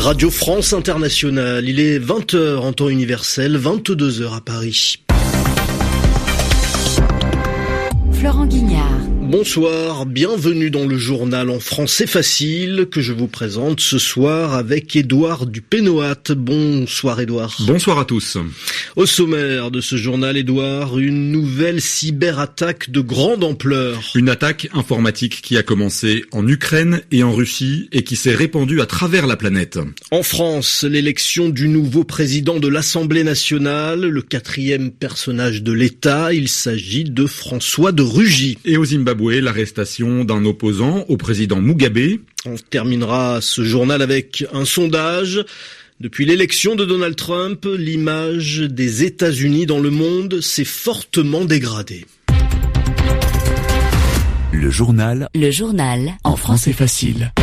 Radio France Internationale, il est 20h en temps universel, 22h à Paris. Florent Guignard. Bonsoir, bienvenue dans le journal en français facile que je vous présente ce soir avec Édouard Dupénoat. Bonsoir Édouard. Bonsoir à tous. Au sommaire de ce journal, Édouard, une nouvelle cyberattaque de grande ampleur. Une attaque informatique qui a commencé en Ukraine et en Russie et qui s'est répandue à travers la planète. En France, l'élection du nouveau président de l'Assemblée nationale, le 4e personnage de l'État, il s'agit de François de Rugy. Et au Zimbabwe, l'arrestation d'un opposant au président Mugabe. On terminera ce journal avec un sondage. Depuis l'élection de Donald Trump, l'image des États-Unis dans le monde s'est fortement dégradée. Le journal en français facile.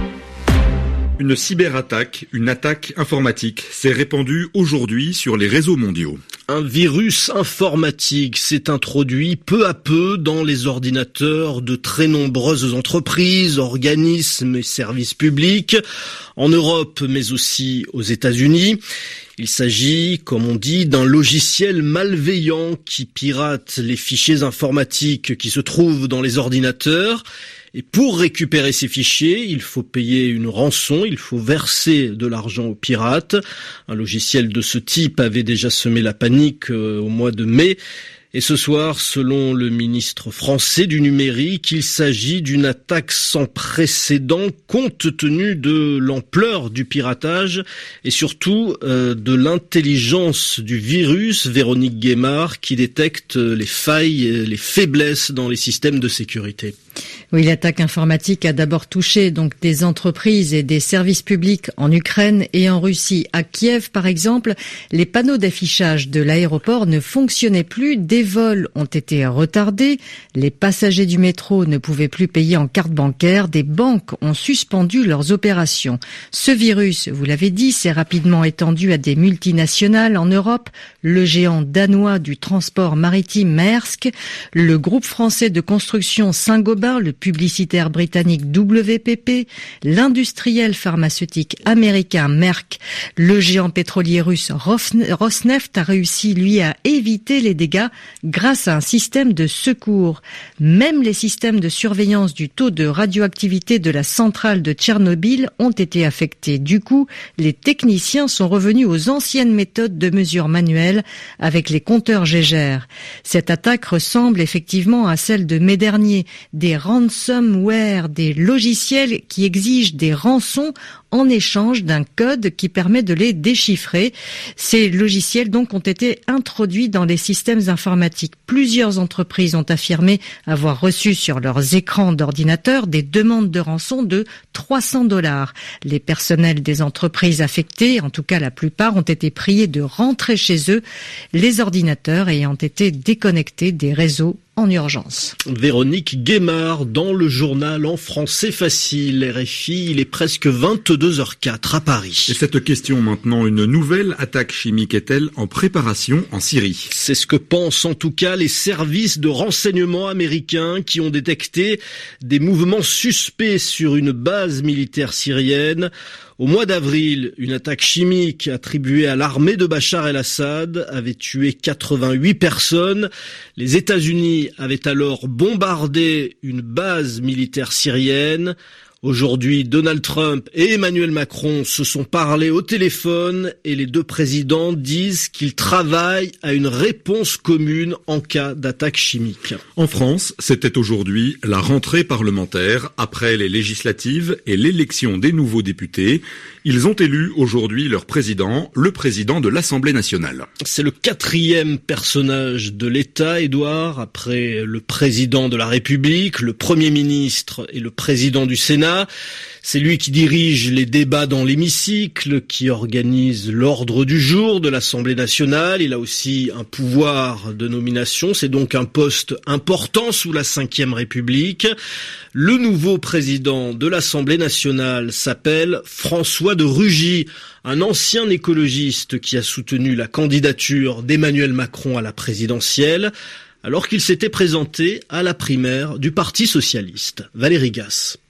Une cyberattaque, une attaque informatique s'est répandue aujourd'hui sur les réseaux mondiaux. Un virus informatique s'est introduit peu à peu dans les ordinateurs de très nombreuses entreprises, organismes et services publics, en Europe mais aussi aux États-Unis. Il s'agit, comme on dit, d'un logiciel malveillant qui pirate les fichiers informatiques qui se trouvent dans les ordinateurs. Et pour récupérer ces fichiers, il faut payer une rançon, il faut verser de l'argent aux pirates. Un logiciel de ce type avait déjà semé la panique au mois de mai. Et ce soir, selon le ministre français du numérique, il s'agit d'une attaque sans précédent compte tenu de l'ampleur du piratage et surtout de l'intelligence du virus, Véronique Guémard, qui détecte les failles, les faiblesses dans les systèmes de sécurité. Oui, l'attaque informatique a d'abord touché donc des entreprises et des services publics en Ukraine et en Russie. À Kiev, par exemple, les panneaux d'affichage de l'aéroport ne fonctionnaient plus, des vols ont été retardés, les passagers du métro ne pouvaient plus payer en carte bancaire, des banques ont suspendu leurs opérations. Ce virus, vous l'avez dit, s'est rapidement étendu à des multinationales en Europe, le géant danois du transport maritime Maersk, le groupe français de construction Saint-Gobain, le publicitaire britannique WPP, l'industriel pharmaceutique américain Merck, le géant pétrolier russe Rosneft a réussi, lui, à éviter les dégâts grâce à un système de secours. Même les systèmes de surveillance du taux de radioactivité de la centrale de Tchernobyl ont été affectés. Du coup, les techniciens sont revenus aux anciennes méthodes de mesure manuelle avec les compteurs Geiger. Cette attaque ressemble effectivement à celle de mai dernier. Des ransomware, des logiciels qui exigent des rançons en échange d'un code qui permet de les déchiffrer. Ces logiciels donc ont été introduits dans les systèmes informatiques. Plusieurs entreprises ont affirmé avoir reçu sur leurs écrans d'ordinateur des demandes de rançon de $300. Les personnels des entreprises affectées, en tout cas la plupart, ont été priés de rentrer chez eux, les ordinateurs ayant été déconnectés des réseaux en urgence. Véronique Guémard dans le journal en français facile. RFI, il est presque 22h04 à Paris. Et cette question maintenant, une nouvelle attaque chimique est-elle en préparation en Syrie? C'est ce que pensent en tout cas les services de renseignement américains qui ont détecté des mouvements suspects sur une base militaire syrienne. Au mois d'avril, une attaque chimique attribuée à l'armée de Bachar el-Assad avait tué 88 personnes. Les États-Unis avaient alors bombardé une base militaire syrienne. Aujourd'hui, Donald Trump et Emmanuel Macron se sont parlé au téléphone et les deux présidents disent qu'ils travaillent à une réponse commune en cas d'attaque chimique. En France, c'était aujourd'hui la rentrée parlementaire après les législatives et l'élection des nouveaux députés. Ils ont élu aujourd'hui leur président, le président de l'Assemblée nationale. C'est le 4e personnage de l'État, Édouard, après le président de la République, le Premier ministre et le président du Sénat. C'est lui qui dirige les débats dans l'hémicycle, qui organise l'ordre du jour de l'Assemblée nationale. Il a aussi un pouvoir de nomination. C'est donc un poste important sous la Ve République. Le nouveau président de l'Assemblée nationale s'appelle François de Rugy, un ancien écologiste qui a soutenu la candidature d'Emmanuel Macron à la présidentielle, alors qu'il s'était présenté à la primaire du Parti socialiste. Valérie Gasse.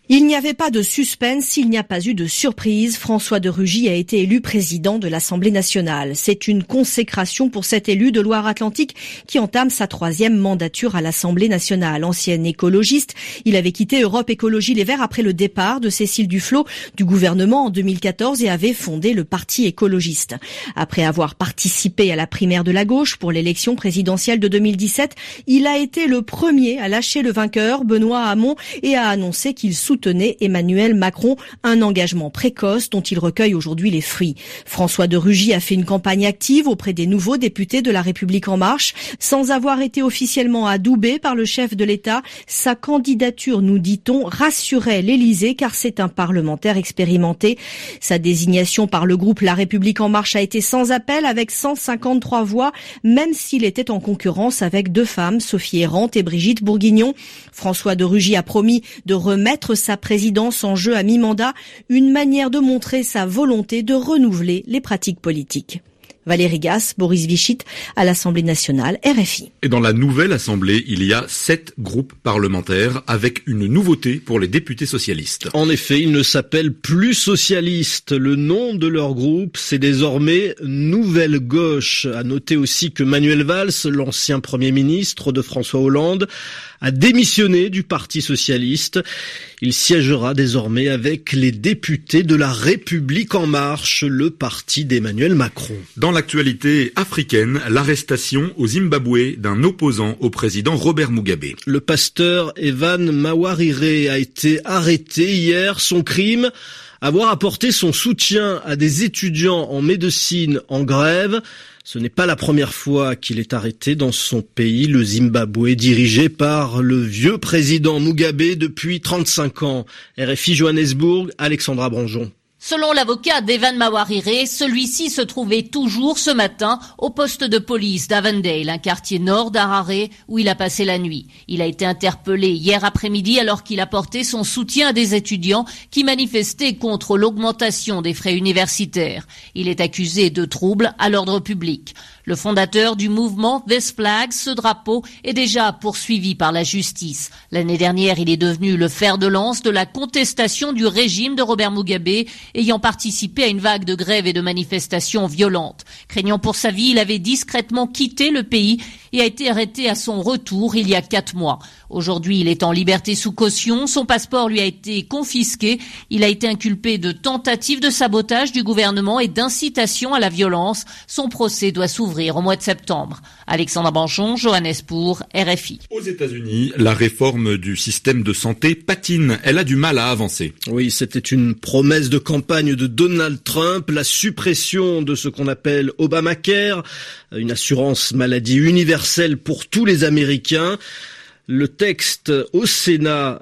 Il n'y avait pas de suspense, il n'y a pas eu de surprise. François de Rugy a été élu président de l'Assemblée nationale. C'est une consécration pour cet élu de Loire-Atlantique qui entame sa 3e mandature à l'Assemblée nationale. Ancien écologiste, il avait quitté Europe Écologie Les Verts après le départ de Cécile Duflot du gouvernement en 2014 et avait fondé le Parti écologiste. Après avoir participé à la primaire de la gauche pour l'élection présidentielle de 2017, il a été le premier à lâcher le vainqueur, Benoît Hamon, et a annoncé qu'il soutenait Emmanuel Macron, un engagement précoce dont il recueille aujourd'hui les fruits. François de Rugy a fait une campagne active auprès des nouveaux députés de La République En Marche. Sans avoir été officiellement adoubé par le chef de l'État, sa candidature, nous dit-on, rassurait l'Élysée car c'est un parlementaire expérimenté. Sa désignation par le groupe La République En Marche a été sans appel avec 153 voix, même s'il était en concurrence avec 2 femmes, Sophie Errante et Brigitte Bourguignon. François de Rugy a promis de remettre sa présidence en jeu à mi-mandat, une manière de montrer sa volonté de renouveler les pratiques politiques. Valérie Gasse, Boris Vichit, à l'Assemblée nationale, RFI. Et dans la nouvelle Assemblée, il y a 7 groupes parlementaires avec une nouveauté pour les députés socialistes. En effet, ils ne s'appellent plus socialistes. Le nom de leur groupe, c'est désormais Nouvelle Gauche. À noter aussi que Manuel Valls, l'ancien Premier ministre de François Hollande, a démissionné du Parti socialiste. Il siégera désormais avec les députés de La République En Marche, le parti d'Emmanuel Macron. Dans l'actualité africaine, l'arrestation au Zimbabwe d'un opposant au président Robert Mugabe. Le pasteur Evan Mawarire a été arrêté hier. Son crime, avoir apporté son soutien à des étudiants en médecine en grève. Ce n'est pas la première fois qu'il est arrêté dans son pays, le Zimbabwe, dirigé par le vieux président Mugabe depuis 35 ans. RFI Johannesburg, Alexandra Branjon. Selon l'avocat d'Evan Mawarire, celui-ci se trouvait toujours ce matin au poste de police d'Avondale, un quartier nord d'Harare où il a passé la nuit. Il a été interpellé hier après-midi alors qu'il apportait son soutien à des étudiants qui manifestaient contre l'augmentation des frais universitaires. Il est accusé de troubles à l'ordre public. Le fondateur du mouvement This Flag, ce drapeau, est déjà poursuivi par la justice. L'année dernière, il est devenu le fer de lance de la contestation du régime de Robert Mugabe, ayant participé à une vague de grèves et de manifestations violentes. Craignant pour sa vie, il avait discrètement quitté le pays et a été arrêté à son retour il y a 4 mois. Aujourd'hui, il est en liberté sous caution. Son passeport lui a été confisqué. Il a été inculpé de tentative de sabotage du gouvernement et d'incitation à la violence. Son procès doit s'ouvrir au mois de septembre. Alexandra Branchon, Johannesburg, RFI. Aux États-Unis, la réforme du système de santé patine. Elle a du mal à avancer. Oui, c'était une promesse de campagne de Donald Trump, la suppression de ce qu'on appelle Obamacare, une assurance maladie universelle pour tous les Américains. Le texte au Sénat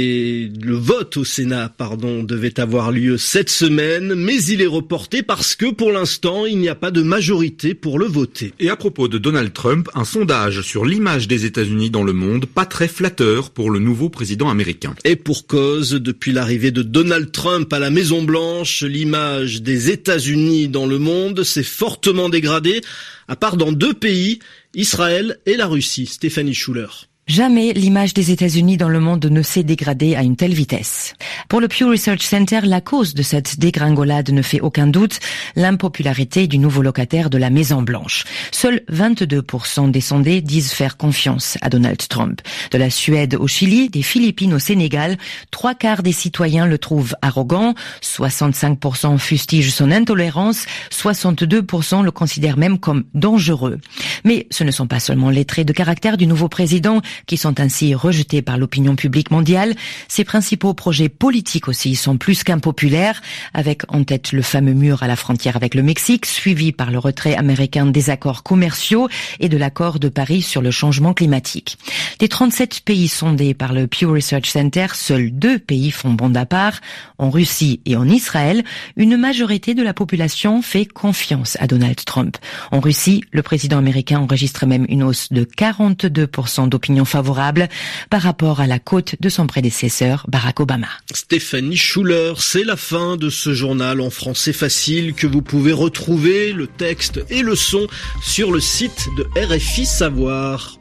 et le vote au Sénat, devait avoir lieu cette semaine, mais il est reporté parce que pour l'instant, il n'y a pas de majorité pour le voter. Et à propos de Donald Trump, un sondage sur l'image des États-Unis dans le monde, pas très flatteur pour le nouveau président américain. Et pour cause, depuis l'arrivée de Donald Trump à la Maison-Blanche, l'image des États-Unis dans le monde s'est fortement dégradée, à part dans 2 pays, Israël et la Russie. Stéphanie Schuller. Jamais l'image des États-Unis dans le monde ne s'est dégradée à une telle vitesse. Pour le Pew Research Center, la cause de cette dégringolade ne fait aucun doute, l'impopularité du nouveau locataire de la Maison-Blanche. Seuls 22% des sondés disent faire confiance à Donald Trump. De la Suède au Chili, des Philippines au Sénégal, 3/4 des citoyens le trouvent arrogant, 65% fustigent son intolérance, 62% le considèrent même comme dangereux. Mais ce ne sont pas seulement les traits de caractère du nouveau président qui sont ainsi rejetés par l'opinion publique mondiale. Ses principaux projets politiques aussi sont plus qu'impopulaires, avec en tête le fameux mur à la frontière avec le Mexique, suivi par le retrait américain des accords commerciaux et de l'accord de Paris sur le changement climatique. Des 37 pays sondés par le Pew Research Center, seuls 2 pays font bande à part. En Russie et en Israël, une majorité de la population fait confiance à Donald Trump. En Russie, le président américain enregistre même une hausse de 42% d'opinion favorable par rapport à la cote de son prédécesseur Barack Obama. Stéphanie Schuller, c'est la fin de ce journal en français facile que vous pouvez retrouver le texte et le son sur le site de RFI Savoir.